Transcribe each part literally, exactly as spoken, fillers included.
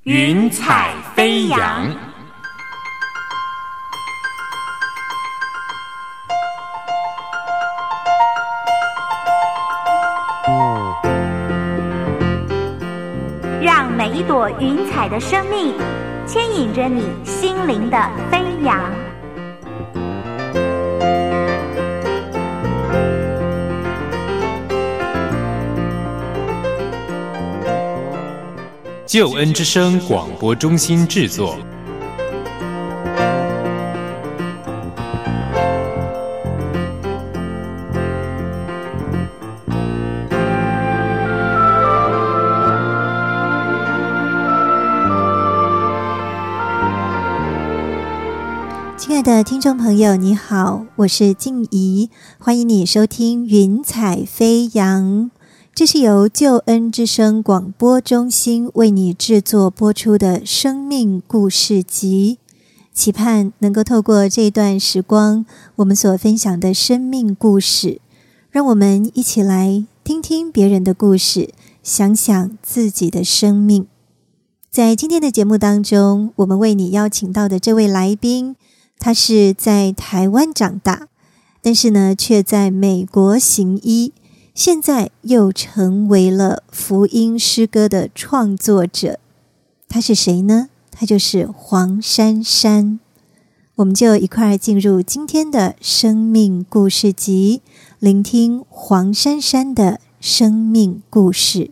云彩飞扬。 让每一朵云彩的生命牵引着你心灵的飞扬。 救恩之声广播中心制作。 亲爱的听众朋友，你好，我是静怡，欢迎你收听云彩飞扬。这是由救恩之声广播中心为你制作播出的生命故事集，期盼能够透过这段时光，我们所分享的生命故事，让我们一起来听听别人的故事，想想自己的生命。在今天的节目当中，我们为你邀请到的这位来宾，他是在台湾长大，但是呢，却在美国行医，现在又成为了福音诗歌的创作者。他是谁呢？他就是黄珊珊。我们就一块进入今天的生命故事集，聆听黄珊珊的生命故事。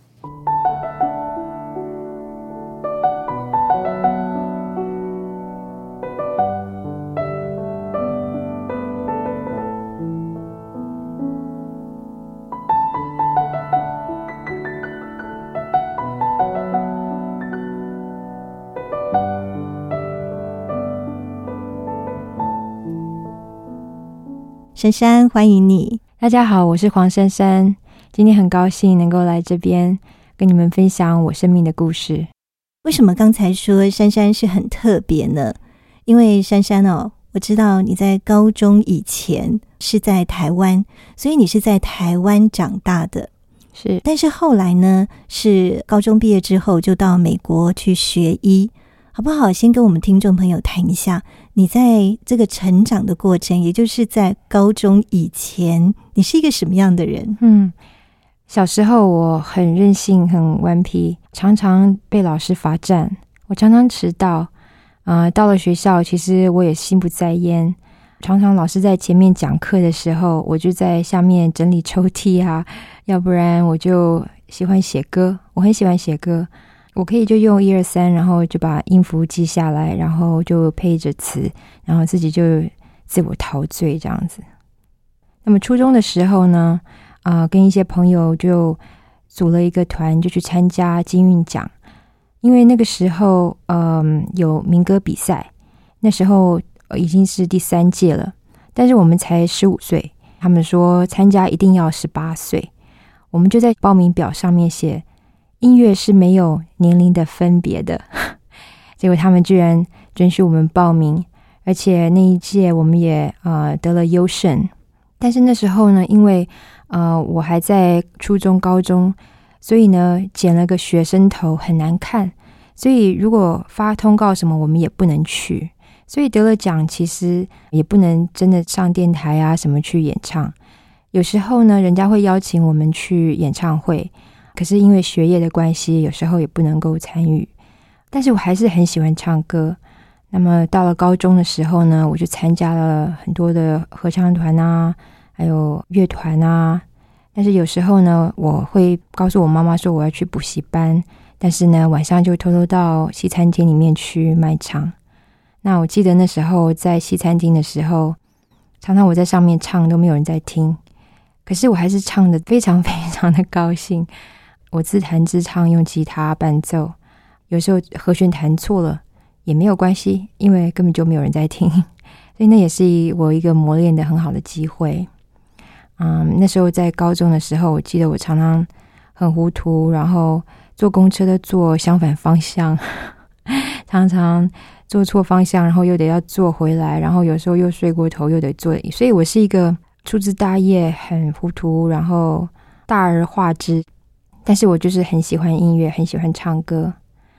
珊珊，欢迎你。 大家好，我是黄珊珊，今天很高兴能够来这边跟你们分享我生命的故事。 为什么刚才说珊珊是很特别呢？因为珊珊哦，我知道你在高中以前是在台湾，所以你是在台湾长大的。 是， 但是后来呢，是高中毕业之后就到美国去学医，好不好？先跟我们听众朋友谈一下你在这个成长的过程，也就是在高中以前，你是一个什么样的人？ 嗯，小时候我很任性，很顽皮，常常被老师罚站，我常常迟到。呃，到了学校，其实我也心不在焉，常常老师在前面讲课的时候，我就在下面整理抽屉啊，要不然我就喜欢写歌，我很喜欢写歌。我可以就用一二三，然后就把音符记下来，然后就配着词，然后自己就自我陶醉这样子。那么初中的时候呢，呃，跟一些朋友就组了一个团，就去参加金韵奖。因为那个时候，嗯、呃，有民歌比赛，那时候已经是第三届了，但是我们才十五岁，他们说参加一定要十八岁，我们就在报名表上面写。音乐是没有年龄的分别的，结果他们居然准许我们报名，而且那一届我们也呃得了优胜。但是那时候呢，因为呃我还在初中高中，所以呢剪了个学生头很难看，所以如果发通告什么我们也不能去，所以得了奖其实也不能真的上电台啊什么去演唱。有时候呢人家会邀请我们去演唱会，可是因为学业的关系，有时候也不能够参与。但是我还是很喜欢唱歌。那么到了高中的时候呢，我就参加了很多的合唱团啊，还有乐团啊。但是有时候呢，我会告诉我妈妈说我要去补习班，但是呢，晚上就偷偷到西餐厅里面去卖唱。那我记得那时候在西餐厅的时候，常常我在上面唱都没有人在听，可是我还是唱得非常非常的高兴。我自弹自唱，用吉他伴奏，有时候和弦弹错了也没有关系，因为根本就没有人在听，所以那也是我一个磨练的很好的机会。嗯，那时候在高中的时候，我记得我常常很糊涂，然后坐公车都坐相反方向，常常坐错方向，然后又得要坐回来，然后有时候又睡过头，又得坐，所以我是一个粗枝大叶，很糊涂，然后大而化之。但是我就是很喜欢音乐，很喜欢唱歌。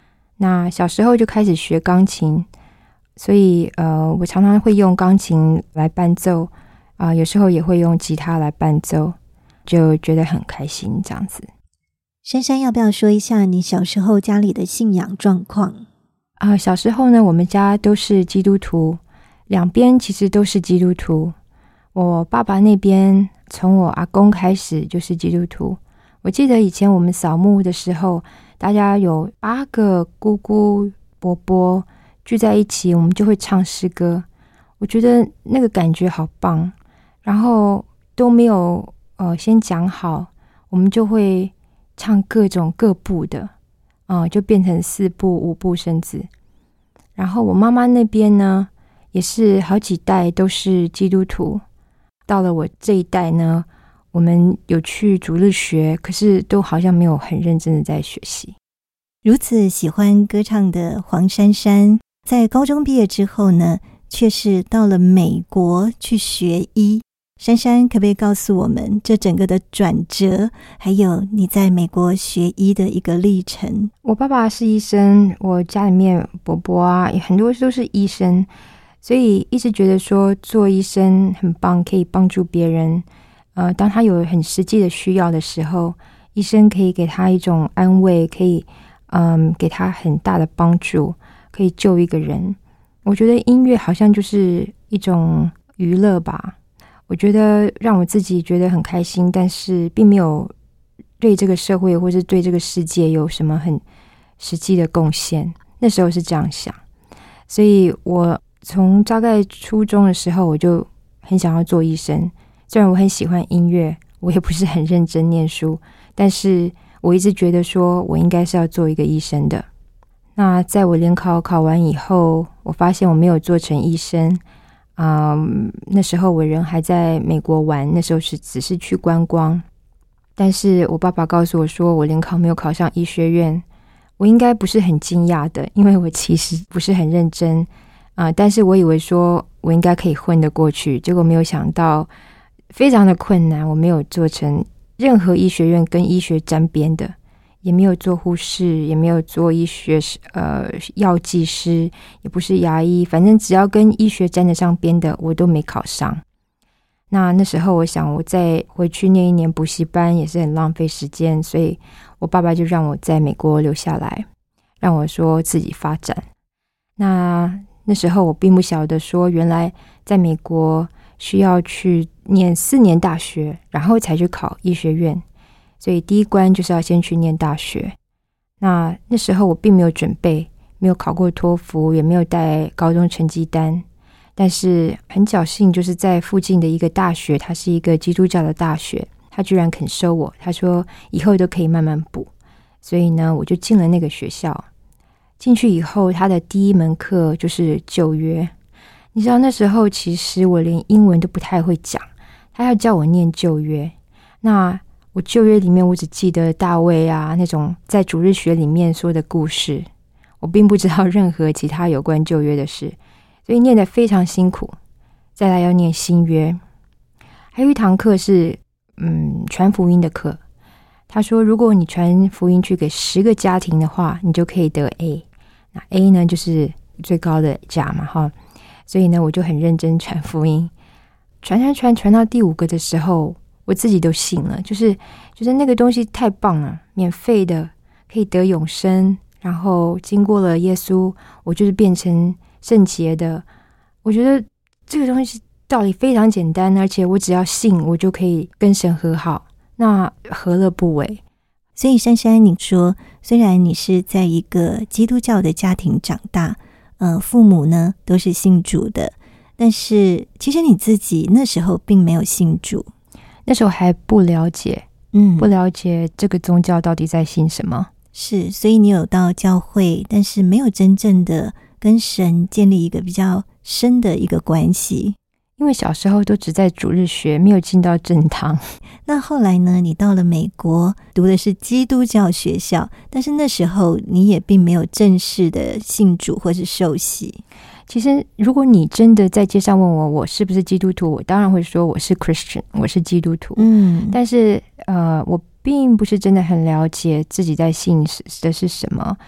那小时候就开始学钢琴，所以呃，我常常会用钢琴来伴奏啊、呃，有时候也会用吉他来伴奏，就觉得很开心这样子。 珊珊，要不要说一下你小时候家里的信仰状况？ 啊、呃，小时候呢，我们家都是基督徒，两边其实都是基督徒。我爸爸那边从我阿公开始就是基督徒。我记得以前我们扫墓的时候，大家有八个姑姑伯伯聚在一起，我们就会唱诗歌。我觉得那个感觉好棒，然后都没有呃先讲好，我们就会唱各种各部的，呃，就变成四部五部甚至。然后我妈妈那边呢，也是好几代都是基督徒。到了我这一代呢，我们有去主日学，可是都好像没有很认真的在学习。 如此喜欢歌唱的黄珊珊，在高中毕业之后呢，却是到了美国去学医。珊珊可不可以告诉我们这整个的转折，还有你在美国学医的一个历程？ 我爸爸是医生，我家里面伯伯啊也很多都是医生，所以一直觉得说做医生很棒，可以帮助别人。呃，当他有很实际的需要的时候，医生可以给他一种安慰，可以嗯给他很大的帮助，可以救一个人。我觉得音乐好像就是一种娱乐吧。我觉得让我自己觉得很开心，但是并没有对这个社会或是对这个世界有什么很实际的贡献。那时候是这样想，所以我从大概初中的时候，我就很想要做医生。虽然我很喜欢音乐，我也不是很认真念书，但是我一直觉得说我应该是要做一个医生的。那在我联考考完以后，我发现我没有做成医生。嗯，那时候我人还在美国玩，那时候是只是去观光。但是我爸爸告诉我说我联考没有考上医学院，我应该不是很惊讶的，因为我其实不是很认真啊、呃，但是我以为说我应该可以混得过去，结果没有想到非常的困难，我没有做成任何医学院跟医学沾边的，也没有做护士，也没有做医学呃药剂师，也不是牙医，反正只要跟医学沾得上边的我都没考上。那那时候我想我再回去念一年补习班也是很浪费时间，所以我爸爸就让我在美国留下来，让我说自己发展。那那时候我并不晓得说原来在美国需要去念四年大学，然后才去考医学院，所以第一关就是要先去念大学。那那时候我并没有准备，没有考过托福，也没有带高中成绩单，但是很侥幸，就是在附近的一个大学，它是一个基督教的大学，他居然肯收我，他说以后都可以慢慢补。所以呢，我就进了那个学校。进去以后，他的第一门课就是旧约。你知道那时候其实我连英文都不太会讲，他要叫我念旧约。那我旧约里面我只记得大卫啊那种在主日学里面说的故事，我并不知道任何其他有关旧约的事，所以念得非常辛苦。再来要念新约，还有一堂课是嗯传福音的课。他说如果你传福音去给十个家庭的话，你就可以得 A。 那 A 呢就是最高的甲嘛哈。所以呢我就很认真传福音，传传传传到第五个的时候，我自己都信了，就是就是那个东西太棒了，免费的，可以得永生，然后经过了耶稣，我就是变成圣洁的。我觉得这个东西道理非常简单，而且我只要信，我就可以跟神和好，那何乐不为？ 所以珊珊，你说虽然你是在一个基督教的家庭长大，呃，父母呢都是信主的，但是其实你自己那时候并没有信主， 那时候还不了解，嗯，不了解这个宗教到底在信什么。 是，所以你有到教会，但是没有真正的跟神建立一个比较深的一个关系。 因为小时候都只在主日学，没有进到正堂。 那后来呢，你到了美国读的是基督教学校，但是那时候你也并没有正式的信主或是受洗。 其实如果你真的在街上问我我是不是基督徒，我当然会说我是 Christian， 我是基督徒。嗯，但是呃，我并不是真的很了解自己在信的是什么。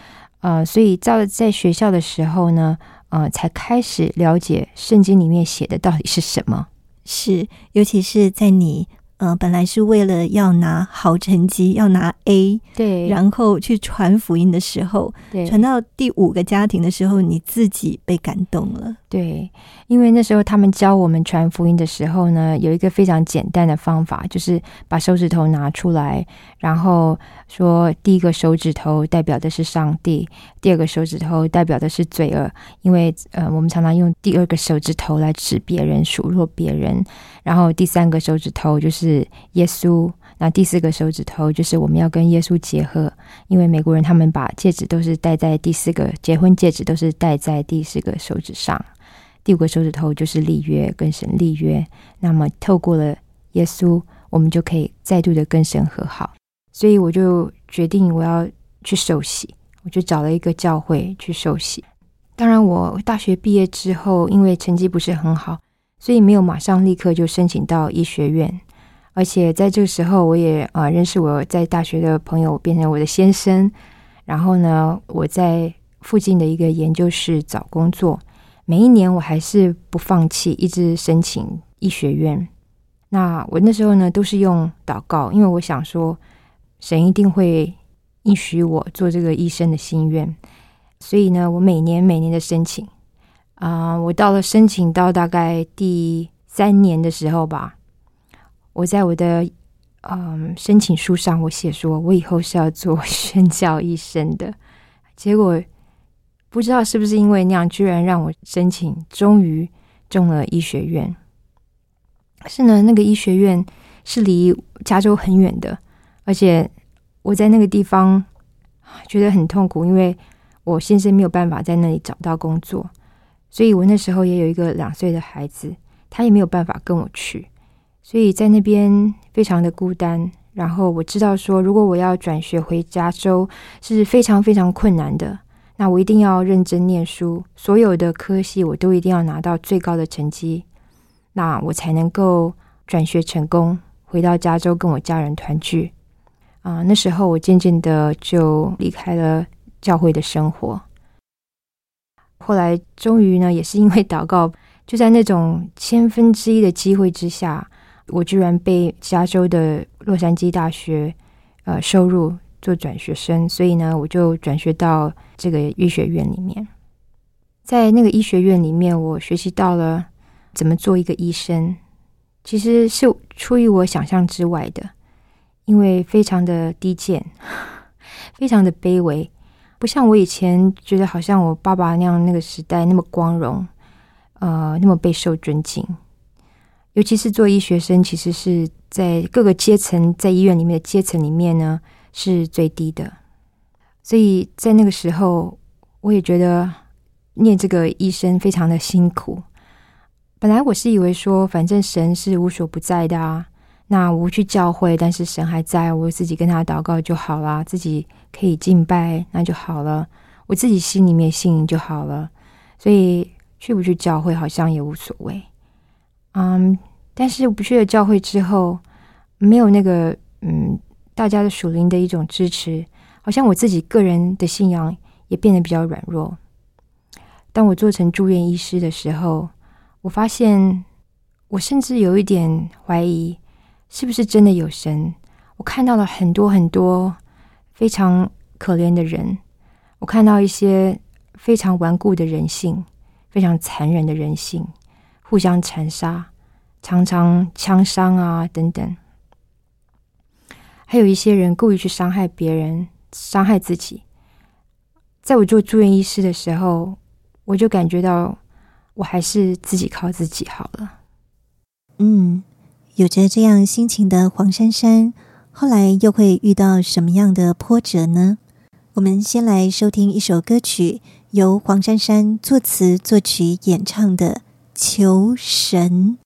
呃，所以到在学校的时候呢，呃，才开始了解圣经里面写的到底是什么。 是，尤其是在你呃本来是为了要拿好成绩，要拿 A， 对， 然后去传福音的时候， 对， 传到第五个家庭的时候，你自己被感动了。 对，因为那时候他们教我们传福音的时候呢，有一个非常简单的方法，就是把手指头拿出来，然后说第一个手指头代表的是上帝，第二个手指头代表的是罪恶，因为呃我们常常用第二个手指头来指别人，数落别人，然后第三个手指头就是耶稣，那第四个手指头就是我们要跟耶稣结合，因为美国人他们把戒指都是戴在第四个，结婚戒指都是戴在第四个手指上，第五个手指头就是立约，跟神立约，那么透过了耶稣，我们就可以再度的跟神和好。所以我就决定我要去受洗，我就找了一个教会去受洗。当然我大学毕业之后，因为成绩不是很好，所以没有马上立刻就申请到医学院，而且在这个时候我也、呃、认识我在大学的朋友，变成我的先生，然后呢我在附近的一个研究室找工作，每一年我还是不放弃，一直申请医学院。那我那时候呢都是用祷告，因为我想说神一定会应许我做这个医生的心愿，所以呢我每年每年的申请、呃、我到了申请到大概第三年的时候吧，我在我的、嗯、申请书上我写说我以后是要做宣教医生的，结果不知道是不是因为那样，居然让我申请终于中了医学院。可是呢那个医学院是离加州很远的，而且我在那个地方觉得很痛苦，因为我先生没有办法在那里找到工作，所以我那时候也有一个两岁的孩子，他也没有办法跟我去，所以在那边非常的孤单。然后我知道说如果我要转学回加州是非常非常困难的，那我一定要认真念书，所有的科系我都一定要拿到最高的成绩，那我才能够转学成功，回到加州跟我家人团聚、呃、那时候我渐渐的就离开了教会的生活。后来终于呢也是因为祷告，就在那种千分之一的机会之下，我居然被加州的洛杉矶大学呃收入做转学生，所以呢我就转学到这个医学院里面。在那个医学院里面，我学习到了怎么做一个医生，其实是出于我想象之外的，因为非常的低贱，非常的卑微，不像我以前觉得好像我爸爸那样那个时代那么光荣，呃，那么备受尊敬。尤其是做医学生，其实是在各个阶层，在医院里面的阶层里面呢是最低的，所以在那个时候我也觉得念这个医生非常的辛苦。本来我是以为说反正神是无所不在的啊，那我去教会但是神还在，我自己跟他祷告就好啦，自己可以敬拜那就好了，我自己心里面信就好了，所以去不去教会好像也无所谓。嗯，但是我不去了教会之后，没有那个嗯大家的属灵的一种支持，好像我自己个人的信仰也变得比较软弱。当我做成住院医师的时候，我发现我甚至有一点怀疑是不是真的有神。我看到了很多很多非常可怜的人，我看到一些非常顽固的人性，非常残忍的人性，互相残杀，常常枪伤啊等等，还有一些人故意去伤害别人，伤害自己。在我做住院医师的时候，我就感觉到我还是自己靠自己好了。 嗯，有着这样心情的黄珊珊，后来又会遇到什么样的波折呢？我们先来收听一首歌曲，由黄珊珊作词作曲演唱的《求神》。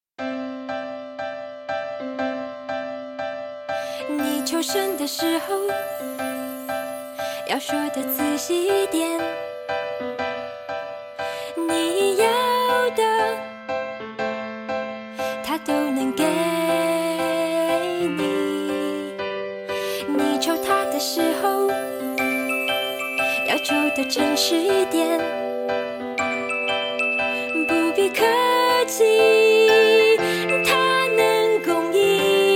你求神的时候要说的仔细一点，你要的他都能给你。你求他的时候要求诚实一点，不必客气，他能供应。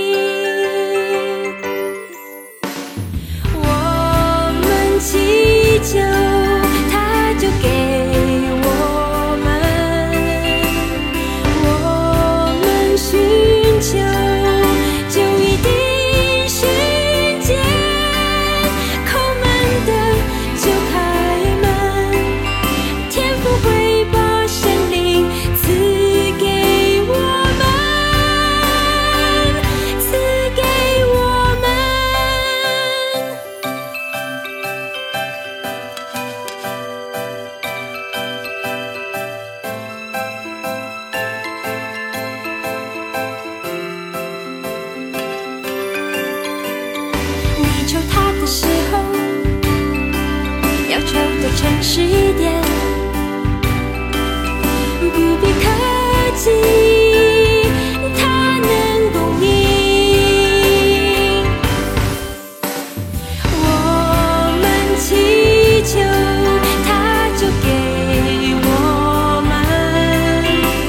我们祈求，他就给我们；我们寻求，就一定寻见。叩门的就开门，天父会把神灵赐给我们，赐给我们。你求他的时候，要求的诚实一点，不必客气，他能供应。我们祈求，他就给我们；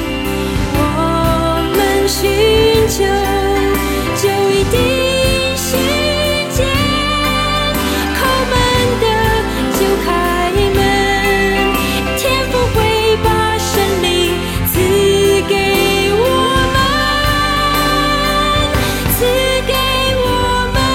我们寻求，就一定寻见。叩门的就开门，天父会把神灵赐给我们，赐给我们。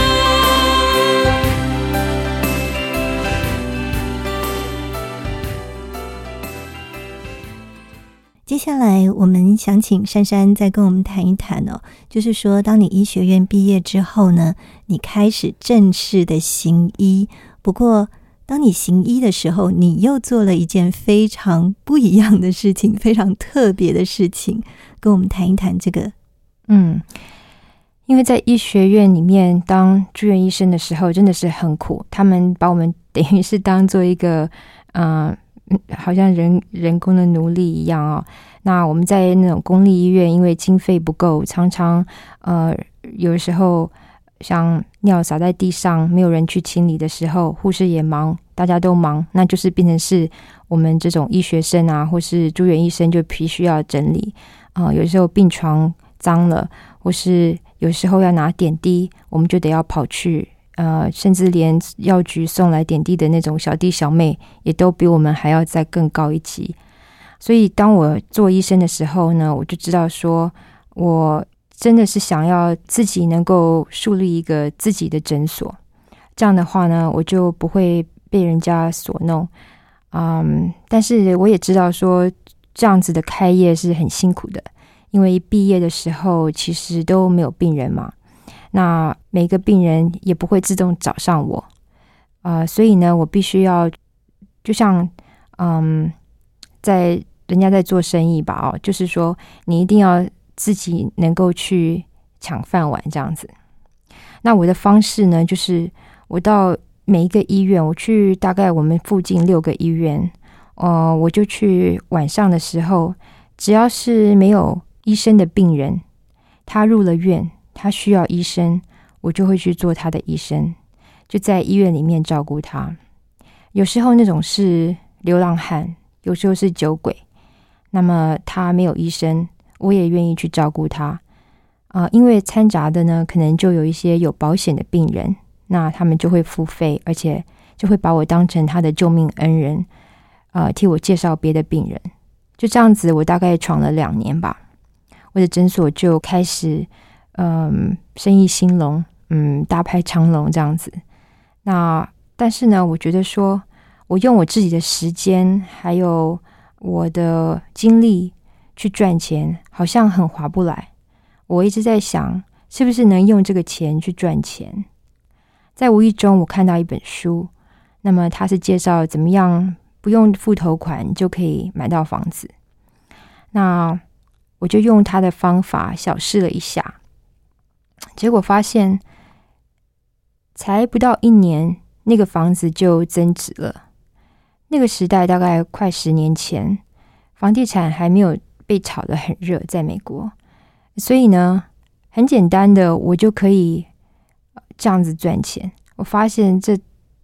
接下来我们想请珊珊再跟我们谈一谈哦，就是说当你医学院毕业之后呢，你开始正式的行医，不过当你行医的时候，你又做了一件非常不一样的事情，非常特别的事情，跟我们谈一谈这个。 嗯，因为在医学院里面当住院医生的时候真的是很苦，他们把我们等于是当做一个呃好像人人工的奴隶一样哦。那我们在那种公立医院，因为经费不够，常常呃有的时候像尿洒在地上没有人去清理的时候，护士也忙，大家都忙，那就是变成是我们这种医学生啊或是住院医生就必须要整理啊、呃。有时候病床脏了，或是有时候要拿点滴，我们就得要跑去呃，甚至连药局送来点滴的那种小弟小妹也都比我们还要再更高一级。所以当我做医生的时候呢，我就知道说我真的是想要自己能够树立一个自己的诊所，这样的话呢，我就不会被人家所弄。嗯，但是我也知道说这样子的开业是很辛苦的，因为毕业的时候其实都没有病人嘛，那每个病人也不会自动找上我，呃，所以呢，我必须要就像嗯，在人家在做生意吧，哦，就是说你一定要自己能够去抢饭碗这样子。那我的方式呢，就是我到每一个医院，我去大概我们附近六个医院，呃，我就去晚上的时候，只要是没有医生的病人，他入了院，他需要医生，我就会去做他的医生，就在医院里面照顾他。有时候那种是流浪汉，有时候是酒鬼，那么他没有医生，我也愿意去照顾他。呃，因为掺杂的呢，可能就有一些有保险的病人，那他们就会付费，而且就会把我当成他的救命恩人，呃，替我介绍别的病人。就这样子，我大概闯了两年吧，我的诊所就开始，嗯，生意兴隆，嗯，大排长龙这样子。那但是呢，我觉得说，我用我自己的时间还有我的精力去赚钱，好像很划不来。我一直在想，是不是能用这个钱去赚钱？在无意中，我看到一本书，那么它是介绍怎么样不用付头款就可以买到房子。那我就用他的方法小试了一下，结果发现才不到一年，那个房子就增值了。那个时代大概快十年前，房地产还没有被炒得很热，在美国，所以呢，很简单的我就可以这样子赚钱。我发现这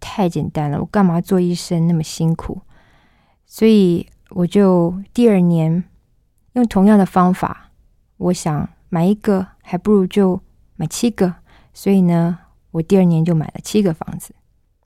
太简单了，我干嘛做医生那么辛苦？所以我就第二年用同样的方法，我想买一个还不如就买七个，所以呢，我第二年就买了七个房子。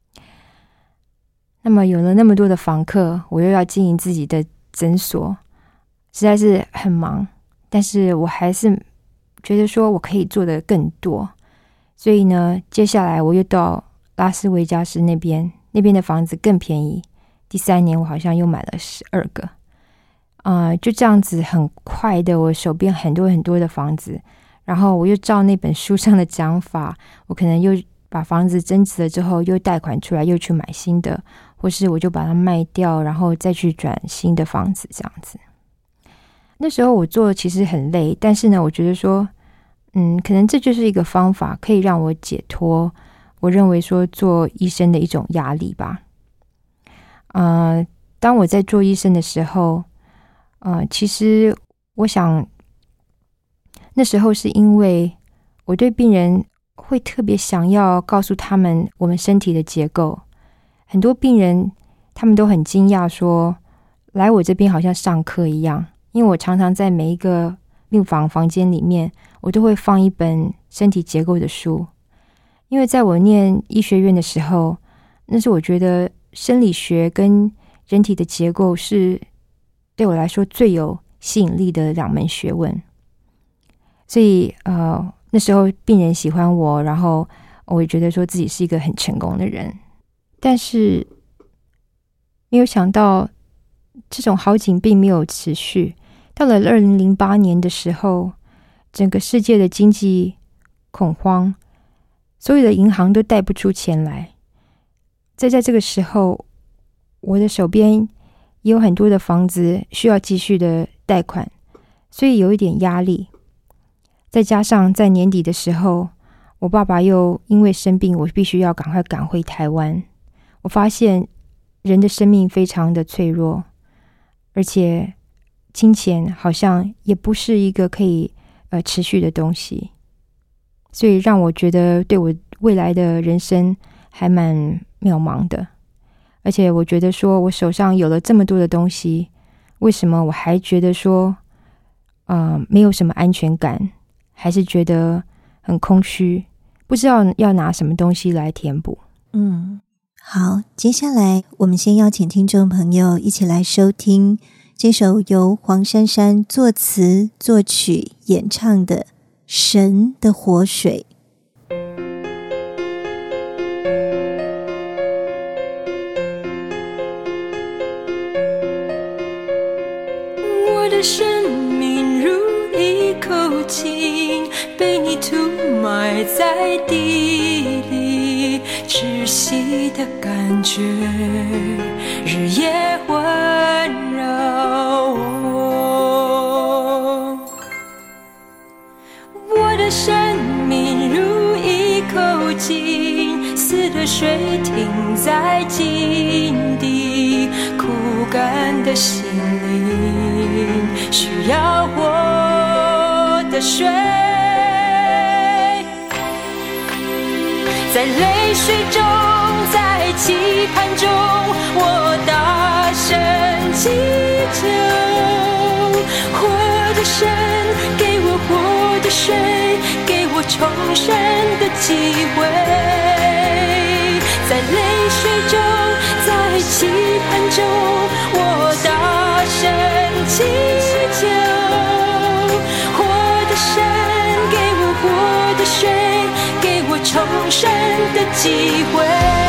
那么有了那么多的房客，我又要经营自己的诊所，实在是很忙，但是我还是觉得说我可以做的更多，所以呢，接下来我又到拉斯维加斯那边，那边的房子更便宜。第三年我好像又买了十二个，呃，就这样子很快的，我手边很多很多的房子，然后我又照那本书上的讲法，我可能又把房子增值了之后，又贷款出来，又去买新的，或是我就把它卖掉，然后再去转新的房子，这样子。那时候我做其实很累，但是呢，我觉得说，嗯，可能这就是一个方法，可以让我解脱我认为说做医生的一种压力吧。呃，当我在做医生的时候，呃，其实我想那时候是因为我对病人会特别想要告诉他们我们身体的结构。很多病人他们都很惊讶说，来我这边好像上课一样，因为我常常在每一个病房房间里面，我都会放一本身体结构的书。因为在我念医学院的时候，那是我觉得生理学跟人体的结构是对我来说最有吸引力的两门学问。所以呃，那时候病人喜欢我，然后我也觉得说自己是一个很成功的人。但是没有想到这种好景并没有持续。到了二零零八年的时候，整个世界的经济恐慌，所有的银行都贷不出钱来。再在这个时候，我的手边也有很多的房子需要继续的贷款，所以有一点压力。再加上在年底的时候，我爸爸又因为生病，我必须要赶快赶回台湾。我发现人的生命非常的脆弱，而且金钱好像也不是一个可以呃持续的东西，所以让我觉得对我未来的人生还蛮渺茫的。而且我觉得说我手上有了这么多的东西，为什么我还觉得说呃没有什么安全感，还是觉得很空虚，不知道要拿什么东西来填补。 嗯，好，接下来我们先邀请听众朋友一起来收听这首由黄珊珊作词作曲演唱的《神的活水》。 我的生命如一口井，被你涂埋在地里，窒息的感觉日夜环绕我。我的生命如一口井，死的水停在井底，枯干的心灵需要我的水。在泪水中，在期盼中，我大声祈求，活的神给我活的水，给我重生的机会。在泪水中，在期盼中，我大声祈求，活的神给我活的水，给我重生的机会。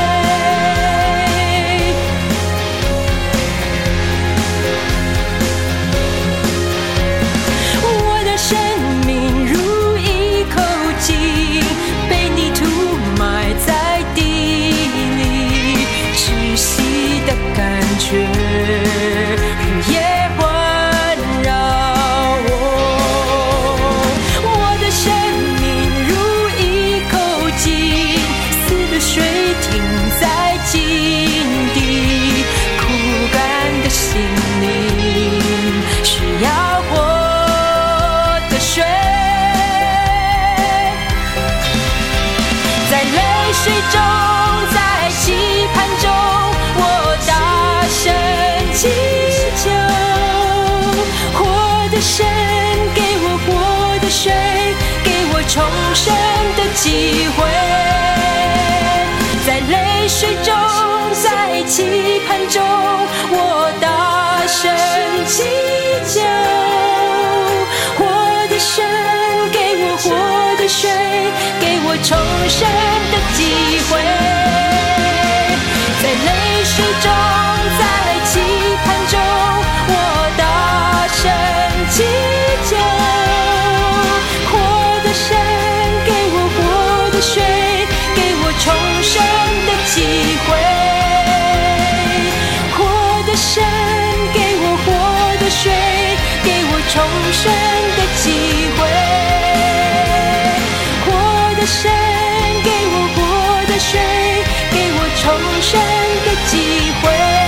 我的生命如一口井，被你涂埋在地里，窒息的感觉日夜环绕我。我的生命如一口井，死的水停在井底，枯干的心灵需要活的水。在泪水中，在期生的机会。在泪水中，在期盼中，我大声祈求，活的神给我活的水，给我重生的机会。在泪水中，在期盼中，我大声祈求，活的神给我活的水，给我重生的机会。活的神给我活的水，给我重生的机会。活的神给我活的水，给我重生的机会。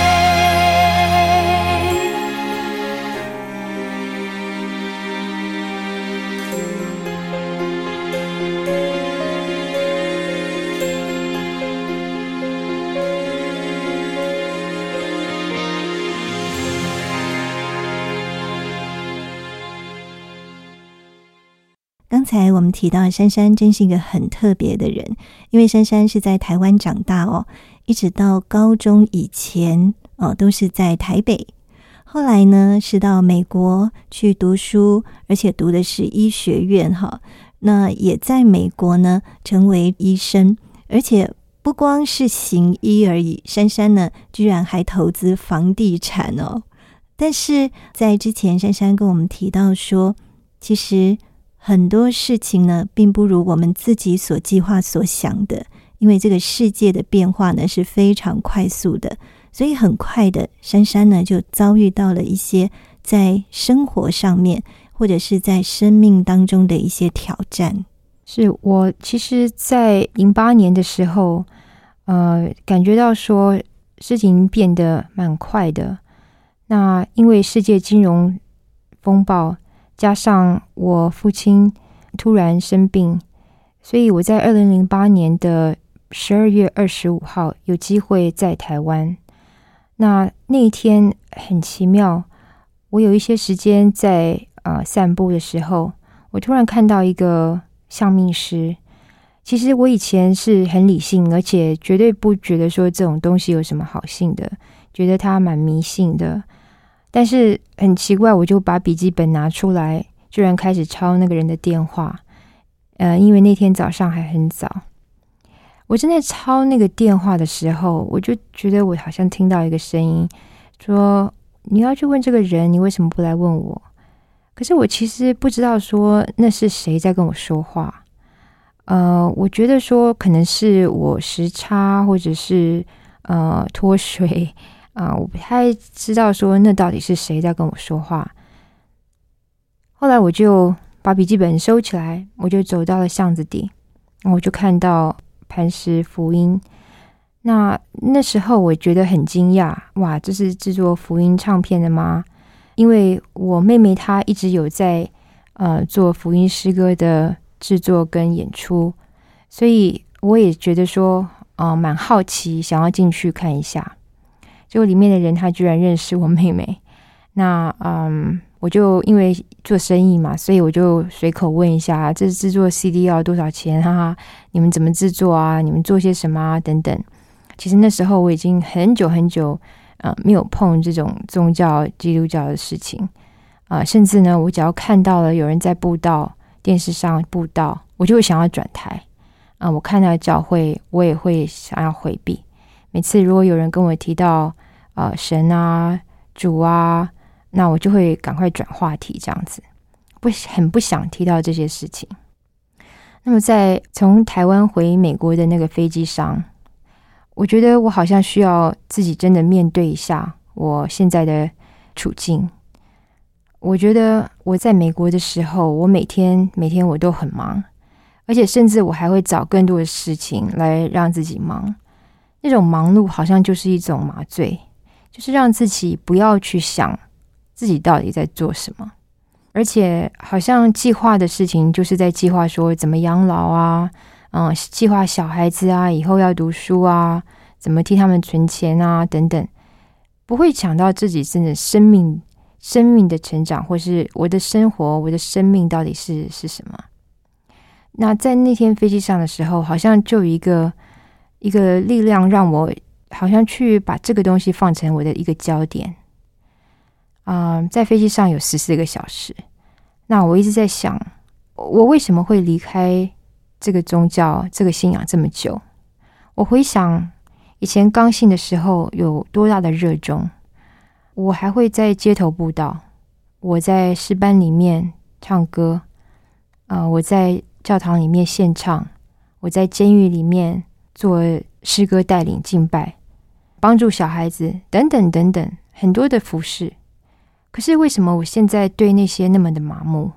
刚才我们提到珊珊真是一个很特别的人，因为珊珊是在台湾长大哦，一直到高中以前哦都是在台北，后来呢是到美国去读书，而且读的是医学院哈，那也在美国呢成为医生，而且不光是行医而已，珊珊呢居然还投资房地产哦。但是在之前珊珊跟我们提到说，其实很多事情呢并不如我们自己所计划所想的，因为这个世界的变化呢是非常快速的，所以很快的珊珊呢就遭遇到了一些在生活上面或者是在生命当中的一些挑战。 是我其实在零八年的时候呃，感觉到说事情变得蛮快的，那因为世界金融风暴加上我父亲突然生病，所以我在二零零八年的十二月二十五号有机会在台湾。那那一天很奇妙，我有一些时间在呃散步的时候，我突然看到一个相命师。其实我以前是很理性，而且绝对不觉得说这种东西有什么好信的，觉得它蛮迷信的。但是很奇怪，我就把笔记本拿出来，居然开始抄那个人的电话。呃，因为那天早上还很早，我正在抄那个电话的时候，我就觉得我好像听到一个声音说：“你要去问这个人，你为什么不来问我？”可是我其实不知道说那是谁在跟我说话。呃，我觉得说可能是我时差，或者是呃脱水。啊、呃，我不太知道说那到底是谁在跟我说话。后来我就把笔记本收起来，我就走到了巷子底，我就看到磐石福音。那那时候我觉得很惊讶，哇，这是制作福音唱片的吗？因为我妹妹她一直有在呃做福音诗歌的制作跟演出，所以我也觉得说呃蛮好奇，想要进去看一下。结果里面的人他居然认识我妹妹，那嗯，我就因为做生意嘛，所以我就随口问一下，这制作 C D 要多少钱啊？你们怎么制作啊？你们做些什么啊？等等。其实那时候我已经很久很久呃没有碰这种宗教基督教的事情啊、呃，甚至呢，我只要看到了有人在布道，电视上布道，我就会想要转台啊、呃。我看到教会，我也会想要回避。每次如果有人跟我提到呃神啊主啊，那我就会赶快转话题，这样子不很不想提到这些事情。那么在从台湾回美国的那个飞机上，我觉得我好像需要自己真的面对一下我现在的处境。我觉得我在美国的时候，我每天每天我都很忙，而且甚至我还会找更多的事情来让自己忙。那种忙碌好像就是一种麻醉，就是让自己不要去想自己到底在做什么，而且好像计划的事情就是在计划说怎么养老啊，嗯，计划小孩子啊以后要读书啊，怎么替他们存钱啊等等，不会想到自己真的生命生命的成长，或是我的生活我的生命到底是是什么。 那在那天飞机上的时候，好像就有一个一个力量让我好像去把这个东西放成我的一个焦点。嗯、呃，在飞机上有十四个小时，那我一直在想，我为什么会离开这个宗教、这个信仰这么久？我回想以前刚信的时候有多大的热衷，我还会在街头布道，我在诗班里面唱歌，呃，我在教堂里面献唱，我在监狱里面做诗歌带领敬拜，帮助小孩子等等等等，很多的服事。可是为什么我现在对那些那么的麻木？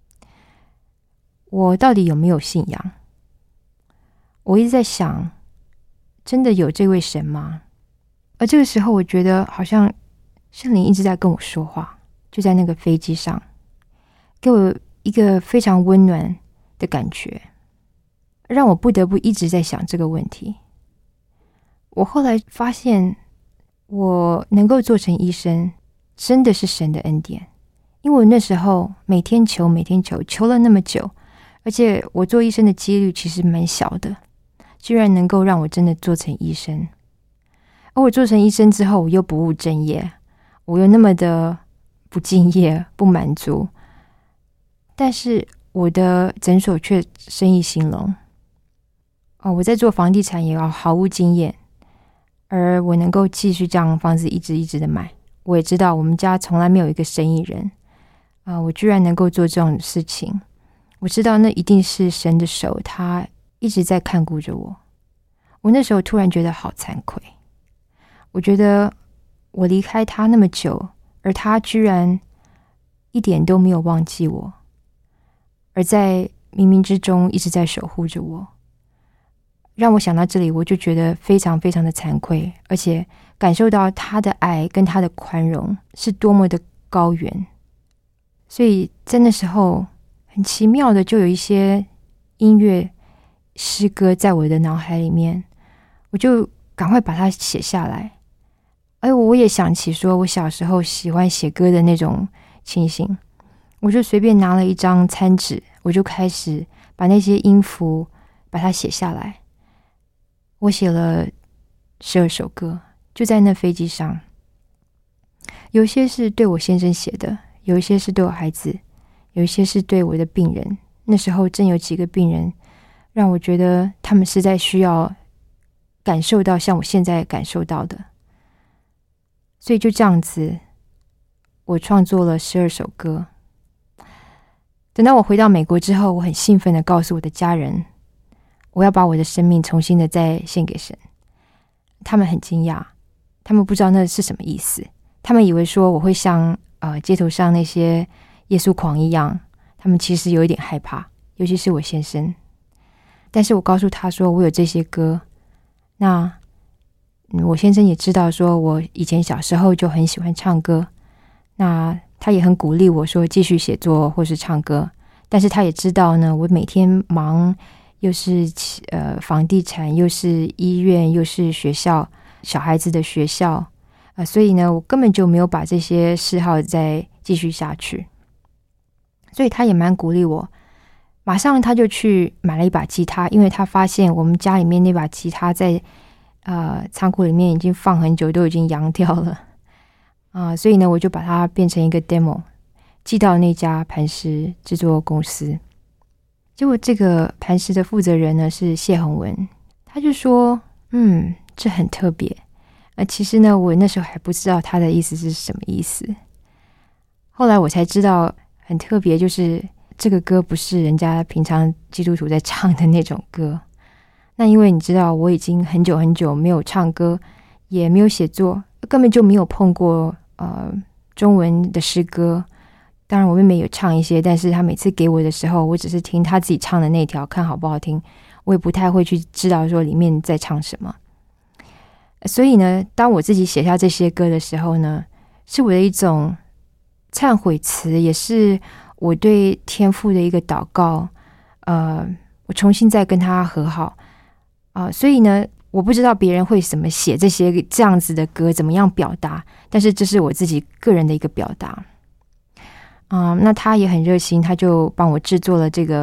我到底有没有信仰？我一直在想，真的有这位神吗？而这个时候我觉得好像圣灵一直在跟我说话，就在那个飞机上，给我一个非常温暖的感觉，让我不得不一直在想这个问题。我后来发现，我能够做成医生真的是神的恩典，因为我那时候每天求每天求求了那么久，而且我做医生的几率其实蛮小的，居然能够让我真的做成医生。而我做成医生之后，我又不务正业，我又那么的不敬业不满足，但是我的诊所却生意兴隆。哦，我在做房地产也要毫无经验，而我能够继续这样房子一直一直的买。我也知道我们家从来没有一个生意人啊、呃，我居然能够做这种事情，我知道那一定是神的手，他一直在看顾着我。我那时候突然觉得好惭愧，我觉得我离开他那么久，而他居然一点都没有忘记我，而在冥冥之中一直在守护着我。让我想到这里，我就觉得非常非常的惭愧，而且感受到他的爱跟他的宽容是多么的高远。所以在那时候很奇妙的就有一些音乐诗歌在我的脑海里面，我就赶快把它写下来。而我也想起说我小时候喜欢写歌的那种情形，我就随便拿了一张餐纸，我就开始把那些音符把它写下来。我写了十二首歌，就在那飞机上，有一些是对我先生写的，有一些是对我孩子，有一些是对我的病人。那时候真有几个病人让我觉得他们实在需要感受到像我现在感受到的，所以就这样子我创作了十二首歌。等到我回到美国之后，我很兴奋的告诉我的家人，我要把我的生命重新的再献给神。他们很惊讶，他们不知道那是什么意思，他们以为说我会像呃街头上那些耶稣狂一样，他们其实有一点害怕，尤其是我先生。但是我告诉他说我有这些歌，那、嗯、我先生也知道说我以前小时候就很喜欢唱歌，那他也很鼓励我说继续写作或是唱歌。但是他也知道呢，我每天忙，又是呃房地产，又是医院，又是学校，小孩子的学校啊、呃，所以呢，我根本就没有把这些嗜好再继续下去。所以他也蛮鼓励我，马上他就去买了一把吉他，因为他发现我们家里面那把吉他在呃仓库里面已经放很久，都已经扬掉了啊、呃，所以呢，我就把它变成一个 demo， 寄到那家磐石制作公司。结果这个磐石的负责人呢是谢宏文，他就说嗯这很特别、呃、其实呢我那时候还不知道他的意思是什么意思，后来我才知道很特别，就是这个歌不是人家平常基督徒在唱的那种歌。那因为你知道我已经很久很久没有唱歌，也没有写作，根本就没有碰过呃中文的诗歌。当然我妹妹有唱一些，但是她每次给我的时候，我只是听她自己唱的那条看好不好听，我也不太会去知道说里面在唱什么。所以呢，当我自己写下这些歌的时候呢，是我的一种忏悔词，也是我对天父的一个祷告，呃，我重新再跟他和好啊、呃。所以呢，我不知道别人会怎么写这些这样子的歌，怎么样表达，但是这是我自己个人的一个表达。嗯，那他也很热心，他就帮我制作了这个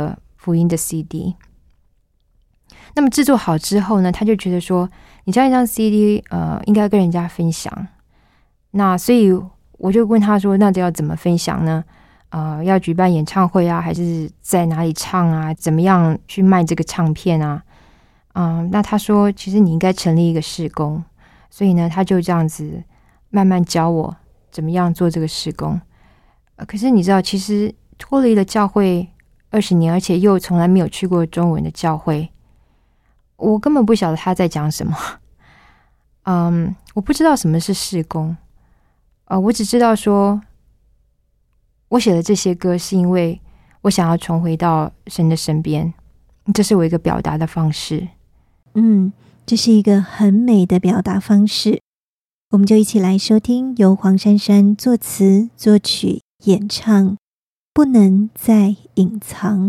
福音的 C D。那么制作好之后呢，他就觉得说，你这样一张 C D， 呃，应该跟人家分享。那所以我就问他说，那这要怎么分享呢？呃，要举办演唱会啊，还是在哪里唱啊？怎么样去卖这个唱片啊？嗯、呃，那他说，其实你应该成立一个事工。所以呢，他就这样子慢慢教我怎么样做这个事工。呃，可是你知道，其实脱离了教会二十年，而且又从来没有去过中文的教会，我根本不晓得他在讲什么。嗯，我不知道什么是事工。呃，我只知道说，我写的这些歌是因为我想要重回到神的身边，这是我一个表达的方式。 嗯，这是一个很美的表达方式。我们就一起来收听由黄珊珊作词、作曲、演唱《不能再隐藏》。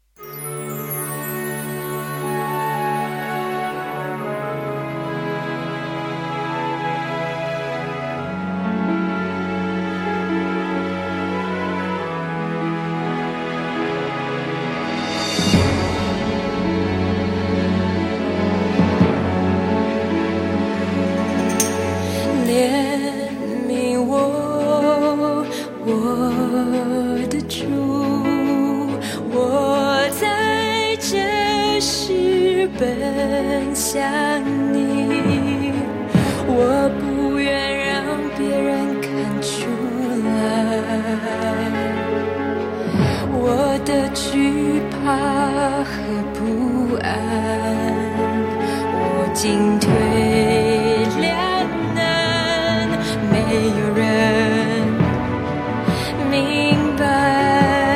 奔向你，我不愿让别人看出来我的惧怕和不安，我进退两难，没有人明白。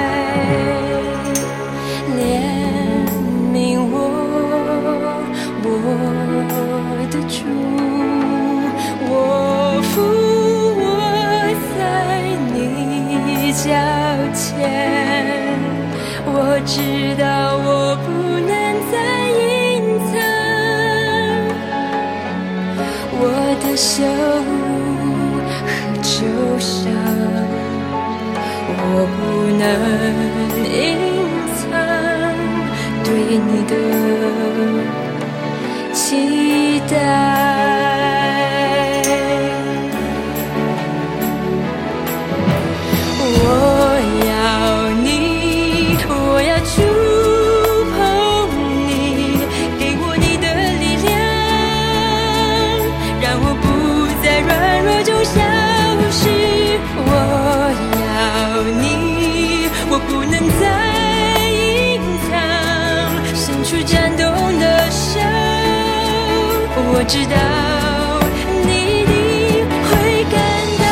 我的主，我俯卧在你脚前，我知道我不能再隐藏我的羞辱和忧伤，我不能隐藏对你的期待。我要你，我要触碰你，给我你的力量，让我不在软弱中消失。我要你，我不能再隐藏伸出颤动的手，我知道你一定会感到。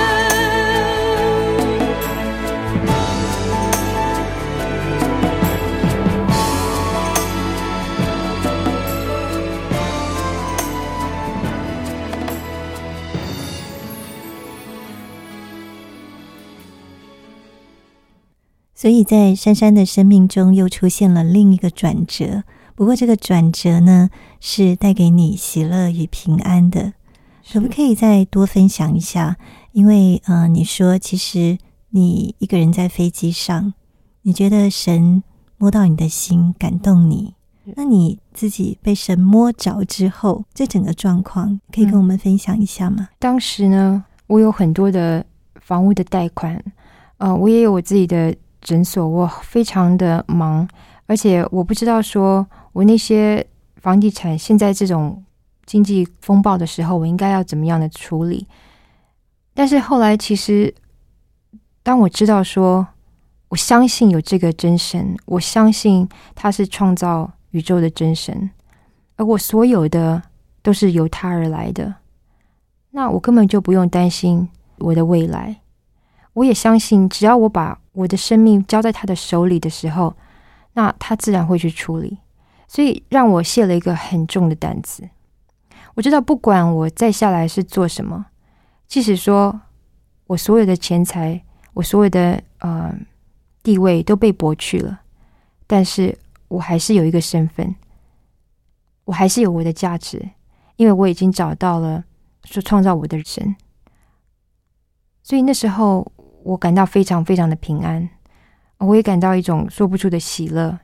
所以在珊珊的生命中又出现了另一个转折，不过这个转折呢，是带给你喜乐与平安的。可不可以再多分享一下？因为呃，你说其实你一个人在飞机上，你觉得神摸到你的心，感动你。那你自己被神摸着之后，这整个状况可以跟我们分享一下吗？ 嗯、当时呢，我有很多的房屋的贷款，呃，我也有我自己的诊所，我非常的忙，而且我不知道说我那些房地产现在这种经济风暴的时候，我应该要怎么样的处理。但是后来其实当我知道说我相信有这个真神，我相信他是创造宇宙的真神，而我所有的都是由他而来的，那我根本就不用担心我的未来。我也相信只要我把我的生命交在他的手里的时候，那他自然会去处理。所以让我卸了一个很重的担子。我知道不管我再下来是做什么，即使说我所有的钱财，我所有的呃地位都被夺去了，但是我还是有一个身份，我还是有我的价值，因为我已经找到了说创造我的神。所以那时候我感到非常非常的平安，我也感到一种说不出的喜乐，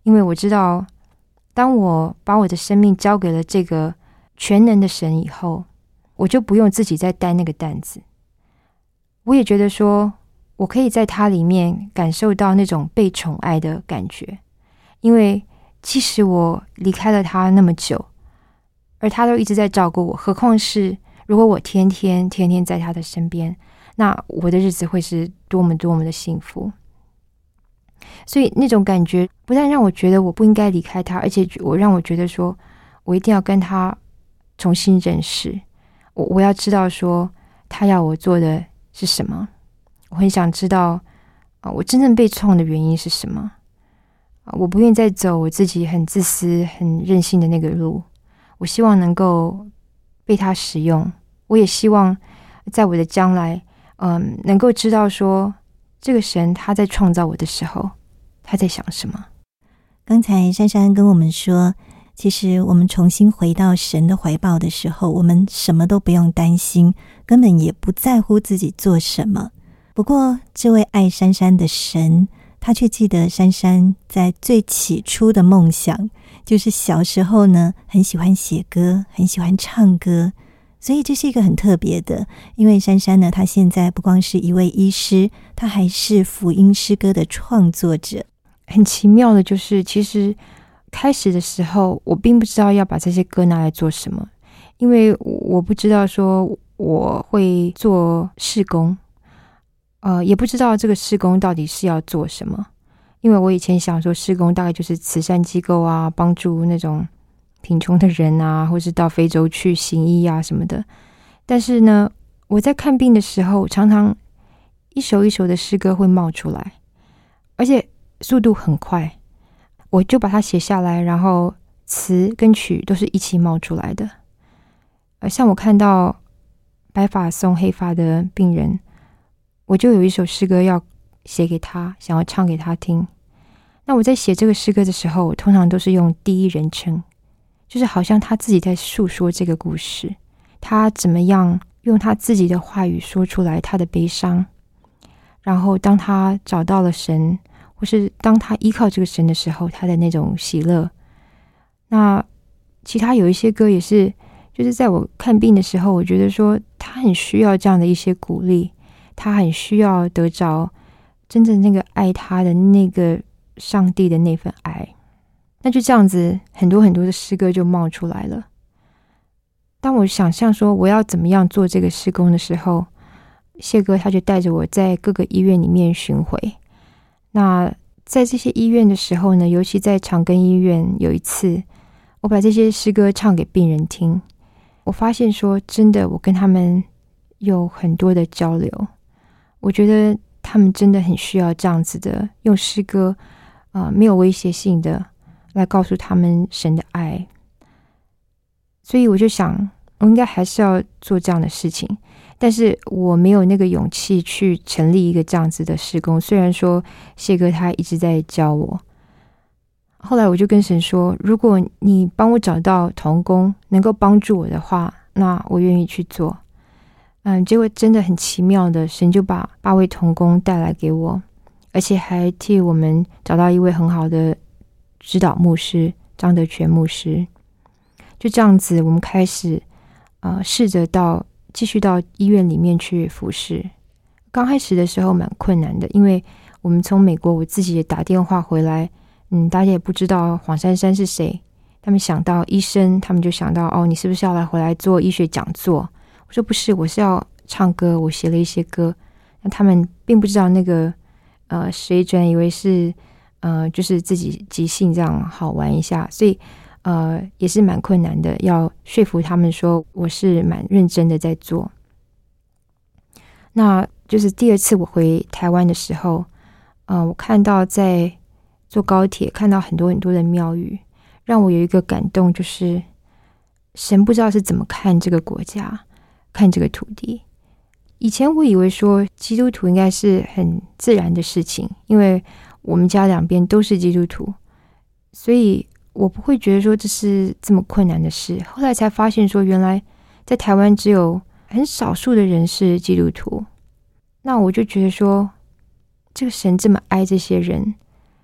因为我知道，当我把我的生命交给了这个全能的神以后，我就不用自己再担那个担子。我也觉得说，我可以在他里面感受到那种被宠爱的感觉，因为即使我离开了他那么久，而他都一直在照顾我，何况是如果我天天天天在他的身边，那我的日子会是多么多么的幸福。所以那种感觉不但让我觉得我不应该离开他，而且我让我觉得说我一定要跟他重新认识，我我要知道说他要我做的是什么，我很想知道、呃、我真正被创的原因是什么、呃、我不愿意再走我自己很自私很任性的那个路，我希望能够被他使用，我也希望在我的将来嗯，能够知道说这个神他在创造我的时候他在想什么。 刚才珊珊跟我们说，其实我们重新回到神的怀抱的时候，我们什么都不用担心，根本也不在乎自己做什么。不过这位爱珊珊的神，他却记得珊珊在最起初的梦想，就是小时候呢很喜欢写歌，很喜欢唱歌，所以这是一个很特别的，因为珊珊呢，她现在不光是一位医师，她还是福音诗歌的创作者。 很奇妙的就是，其实开始的时候我并不知道要把这些歌拿来做什么，因为我不知道说我会做事工，呃，也不知道这个事工到底是要做什么。因为我以前想说事工大概就是慈善机构啊，帮助那种贫穷的人啊，或是到非洲去行医啊什么的。但是呢，我在看病的时候，常常一首一首的诗歌会冒出来，而且速度很快，我就把它写下来，然后词跟曲都是一起冒出来的。呃，像我看到白发送黑发的病人，我就有一首诗歌要写给他，想要唱给他听。那我在写这个诗歌的时候，我通常都是用第一人称，就是好像他自己在诉说这个故事，他怎么样用他自己的话语说出来他的悲伤，然后当他找到了神，或是当他依靠这个神的时候，他的那种喜乐。那其他有一些歌也是，就是在我看病的时候，我觉得说他很需要这样的一些鼓励，他很需要得着真正那个爱他的那个上帝的那份爱。那就这样子，很多很多的诗歌就冒出来了。当我想象说我要怎么样做这个事工的时候，谢哥他就带着我在各个医院里面巡回。那在这些医院的时候呢，尤其在长庚医院，有一次我把这些诗歌唱给病人听，我发现说真的，我跟他们有很多的交流。我觉得他们真的很需要这样子的，用诗歌呃，没有威胁性的来告诉他们神的爱。所以我就想，我应该还是要做这样的事情，但是我没有那个勇气去成立一个这样子的事工。虽然说谢哥他一直在教我，后来我就跟神说，如果你帮我找到同工能够帮助我的话，那我愿意去做。嗯，结果真的很奇妙的，神就把八位同工带来给我，而且还替我们找到一位很好的指导牧师张德全牧师。就这样子，我们开始呃试着到继续到医院里面去服侍。刚开始的时候蛮困难的，因为我们从美国我自己也打电话回来，嗯，大家也不知道黄珊珊是谁，他们想到医生，他们就想到哦，你是不是要来回来做医学讲座？我说不是，我是要唱歌，我写了一些歌。那他们并不知道那个呃水准，以为是呃就是自己即兴这样好玩一下，所以呃也是蛮困难的，要说服他们说我是蛮认真的在做。那就是第二次我回台湾的时候，呃我看到在坐高铁看到很多很多的庙宇，让我有一个感动，就是神不知道是怎么看这个国家，看这个土地。以前我以为说基督徒应该是很自然的事情，因为我们家两边都是基督徒，所以我不会觉得说这是这么困难的事。后来才发现说，原来在台湾只有很少数的人是基督徒。那我就觉得说，这个神这么爱这些人，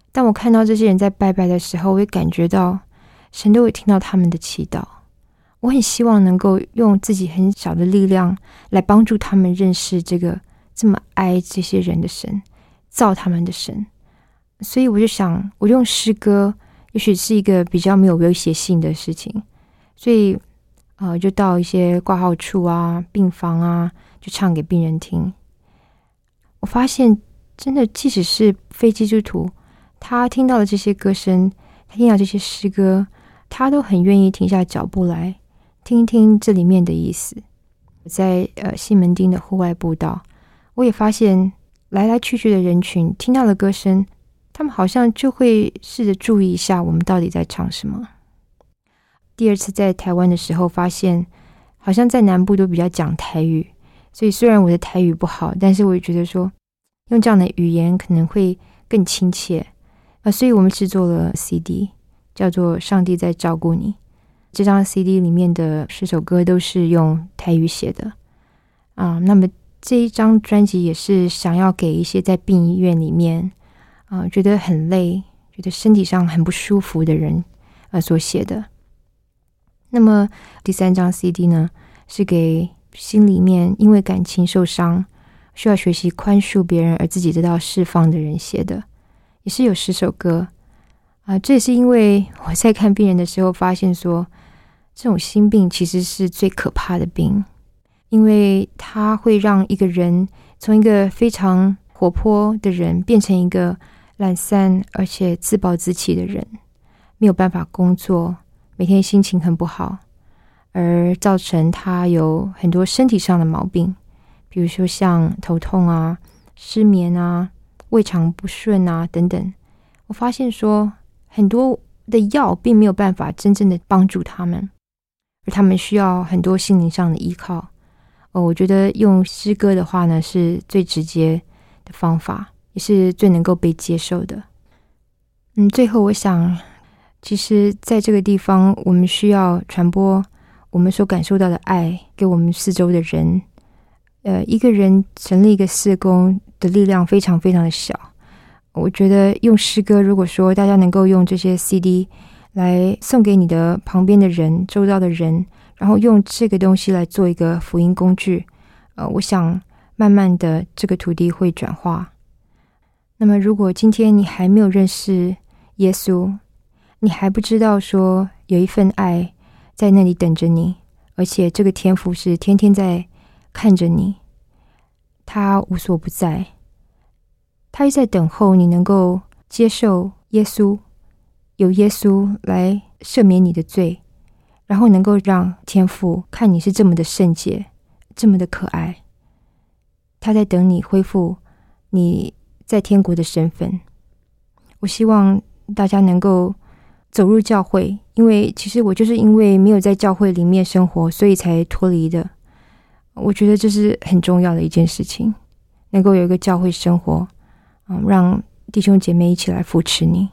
当我看到这些人在拜拜的时候，我也感觉到神都会听到他们的祈祷。我很希望能够用自己很小的力量来帮助他们认识这个这么爱这些人的神，造他们的神。所以我就想，我用诗歌也许是一个比较没有威胁性的事情，所以呃，就到一些挂号处啊、病房啊，就唱给病人听。我发现真的，即使是非基督徒，他听到了这些歌声，他听到这些诗歌，他都很愿意停下脚步来听一听这里面的意思。在呃西门町的户外步道，我也发现来来去去的人群听到了歌声，他们好像就会试着注意一下我们到底在唱什么。第二次在台湾的时候，发现好像在南部都比较讲台语，所以虽然我的台语不好，但是我也觉得说用这样的语言可能会更亲切。呃，所以我们制作了 C D， 叫做《上帝在照顾你》。这张 C D 里面的十首歌都是用台语写的啊。那么这一张专辑也是想要给一些在病院里面啊觉得很累、觉得身体上很不舒服的人啊所写的。那么第三张 C D 呢，是给心里面因为感情受伤，需要学习宽恕别人而自己得到释放的人写的，也是有十首歌啊。这也是因为我在看病人的时候发现说，这种心病其实是最可怕的病，因为它会让一个人从一个非常活泼的人变成一个懒散而且自暴自弃的人，没有办法工作，每天心情很不好，而造成他有很多身体上的毛病，比如说像头痛啊、失眠啊、胃肠不顺啊等等。我发现说很多的药并没有办法真正的帮助他们，而他们需要很多心灵上的依靠。呃，我觉得用诗歌的话呢，是最直接的方法，也是最能够被接受的。嗯，最后我想，其实在这个地方，我们需要传播我们所感受到的爱给我们四周的人。呃，一个人成立一个事工的力量非常非常的小。我觉得用诗歌，如果说大家能够用这些 C D 来送给你的旁边的人、周遭的人，然后用这个东西来做一个福音工具，呃，我想慢慢的这个土地会转化。那么如果今天你还没有认识耶稣，你还不知道说有一份爱在那里等着你，而且这个天父是天天在看着你，他无所不在，他是在等候你能够接受耶稣，由耶稣来赦免你的罪，然后能够让天父看你是这么的圣洁，这么的可爱。他在等你恢复你在天国的身份。我希望大家能够走入教会，因为其实我就是因为没有在教会里面生活，所以才脱离的。我觉得这是很重要的一件事情，能够有一个教会生活，嗯，让弟兄姐妹一起来扶持你。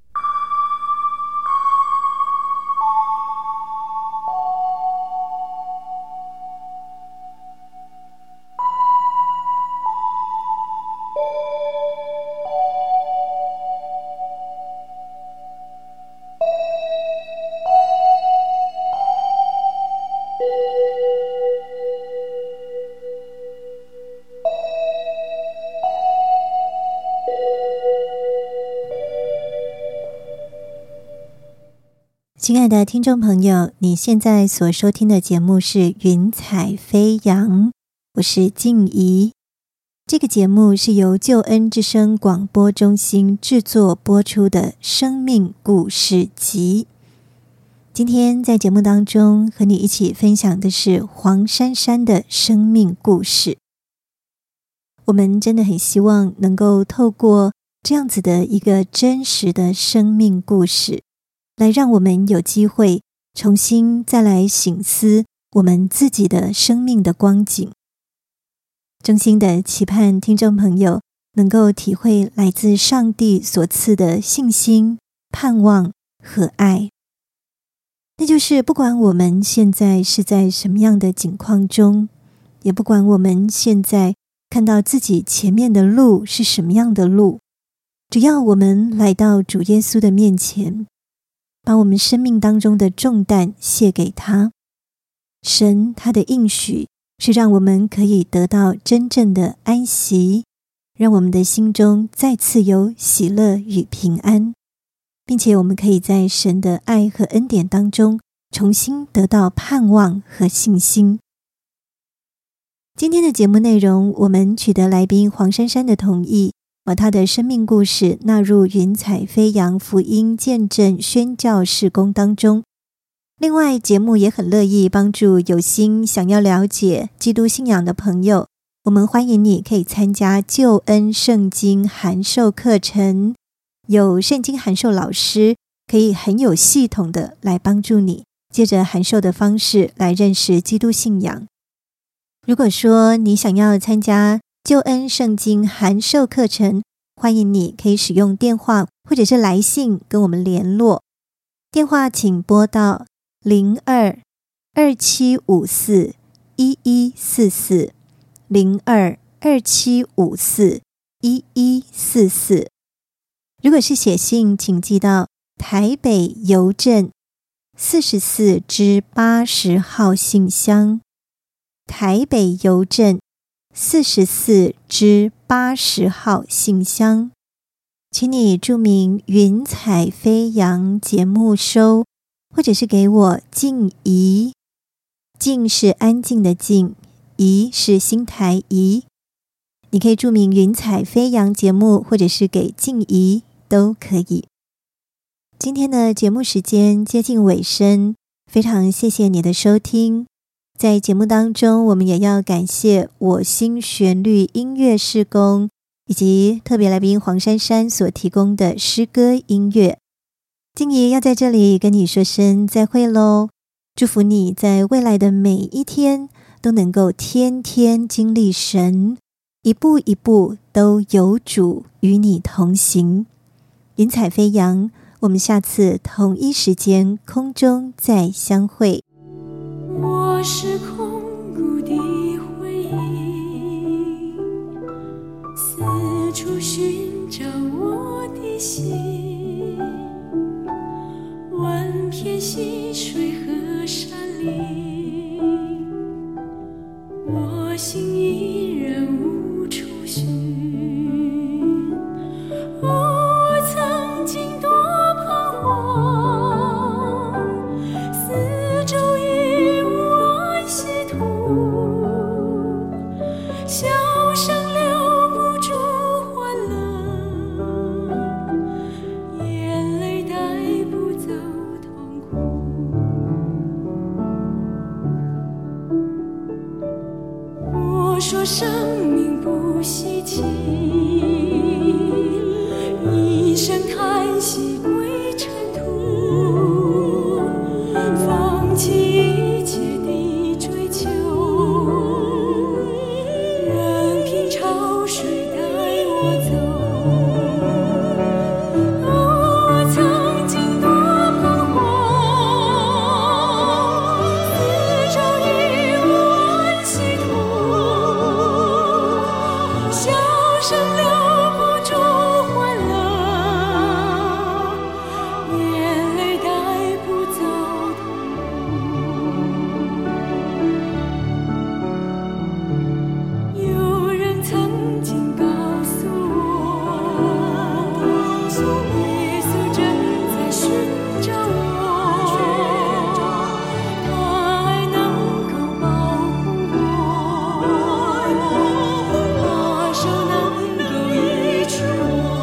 亲爱的听众朋友，你现在所收听的节目是云彩飞扬，我是静怡。这个节目是由救恩之声广播中心制作播出的生命故事集。今天在节目当中和你一起分享的是黄珊珊的生命故事。我们真的很希望能够透过这样子的一个真实的生命故事，来让我们有机会重新再来省思我们自己的生命的光景。衷心的期盼听众朋友能够体会来自上帝所赐的信心、盼望和爱。那就是不管我们现在是在什么样的境况中，也不管我们现在看到自己前面的路是什么样的路， 只要我们来到主耶稣的面前，把我们生命当中的重担卸给他，神他的应许是让我们可以得到真正的安息，让我们的心中再次有喜乐与平安，并且我们可以在神的爱和恩典当中重新得到盼望和信心。今天的节目内容，我们取得来宾黄珊珊的同意，把她的生命故事纳入云彩飞扬福音见证宣教事工当中。另外，节目也很乐意帮助有心想要了解基督信仰的朋友，我们欢迎你可以参加救恩圣经函授课程，有圣经函授老师可以很有系统的来帮助你，借着函授的方式来认识基督信仰。如果说你想要参加救恩圣经函授课程，欢迎你可以使用电话或者是来信跟我们联络。电话请拨到零二二七五四一一四四零二二七五四一一四四。如果是写信，请寄到台北邮政四十四支八十号信箱。台北邮政四十四支八十号信箱，请你注明云彩飞扬节目收，或者是给我静怡，静是安静的静，怡是新台怡，你可以注明云彩飞扬节目，或者是给静怡都可以。今天的节目时间接近尾声，非常谢谢你的收听。在节目当中，我们也要感谢我心旋律音乐事工以及特别来宾黄珊珊所提供的诗歌音乐。静怡要在这里跟你说声再会咯，祝福你在未来的每一天都能够天天经历神，一步一步都有主与你同行。云彩飞扬，我们下次同一时间空中再相会。 我是空谷的回忆，四处寻找我的心，万片溪水和山林，我心依然无处寻。我曾经多彷徨，四周已无安息土，笑声留不住欢乐，眼泪带不走痛苦。我说生命不稀奇，一声叹息归尘土，放弃一切的追求，任凭潮水带我走。我曾经多彷徨，四周已无安息土，笑声留不住欢乐，眼泪带不走痛苦。有人曾经告诉我，耶稣正在寻找我，他爱能够保护我，他手能够医治我。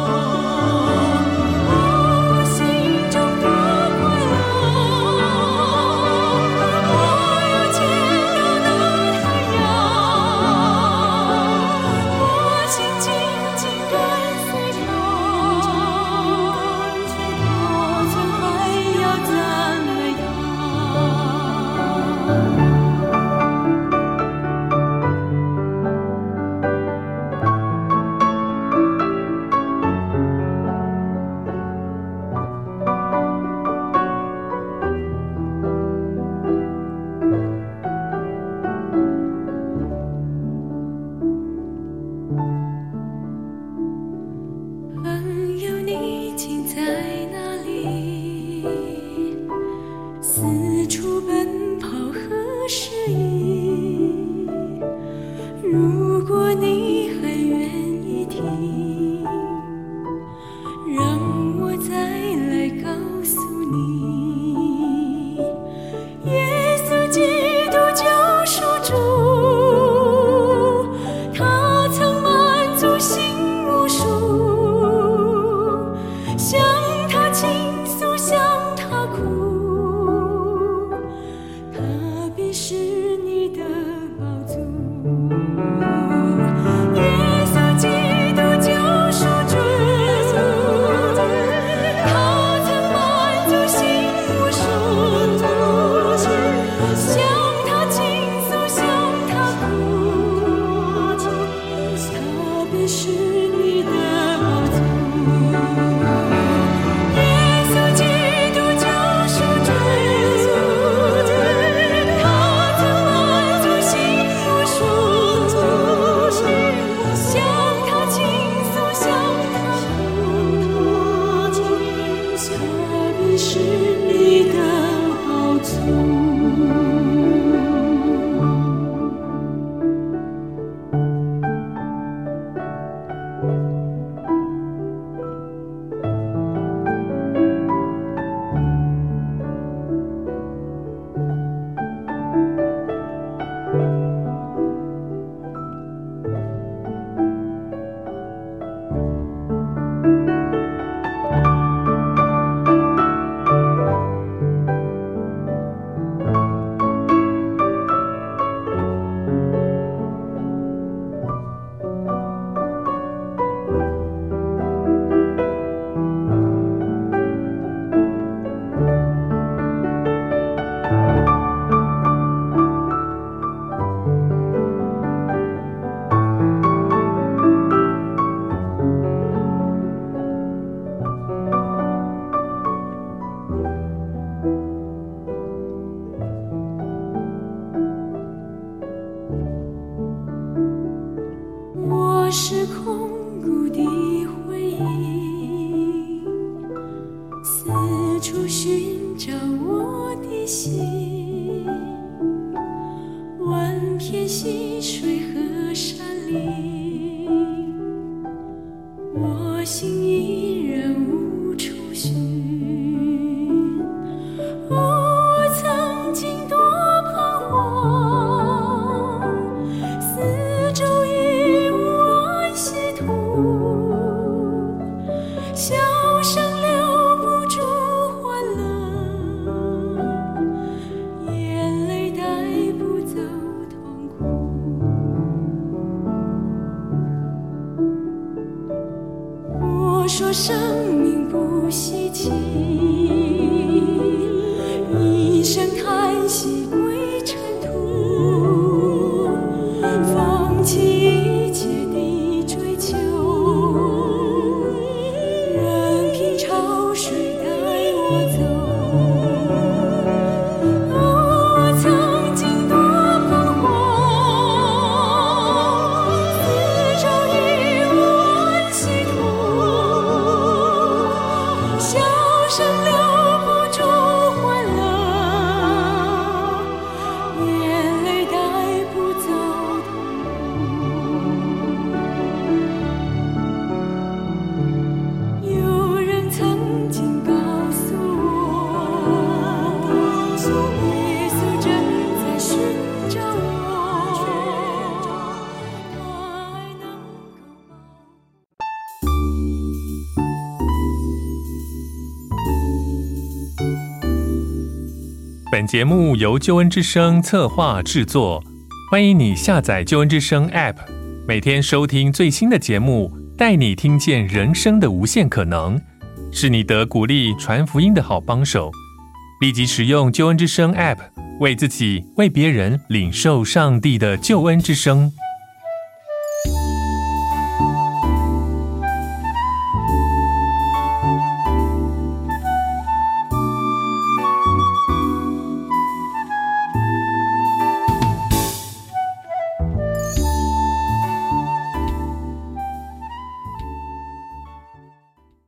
我心中多快乐，我又见到那太阳，我心紧紧跟随他，我总还要赞美他。恩如果你还愿意听，让我再来告诉你，耶稣基督救赎主，他曾满足心无数，向他倾诉，向他哭，他必是你的宝足。耶稣基督救赎主，他曾满足心无数，向他倾诉，向他哭，他必是你的宝足。耶稣基督救赎主，他曾满足心无数，向他倾诉，向他哭，他必是你的宝足。我是空谷的回忆，四处寻找我的心，万片溪水和山林，我心依然无处寻。哦，我曾经多彷徨，四周已无安息土，笑声留不住欢乐，眼泪带不走痛苦。我说生命不稀奇，一声叹息归尘土，放弃一切的追求，任凭潮水带我走。哦，我曾经多彷徨，四周已无安息土，笑声留不住欢乐，眼泪带不走痛苦。有人曾经告诉我，耶稣正在寻找我，他爱能够本节目由救恩之声策划制作，欢迎你下载救恩之声 App， 每天收听最新的节目，带你听见人生的无限可能，是你得鼓励传福音的好帮手。立即使用救恩之声 App， 为自己、为别人领受上帝的救恩之声。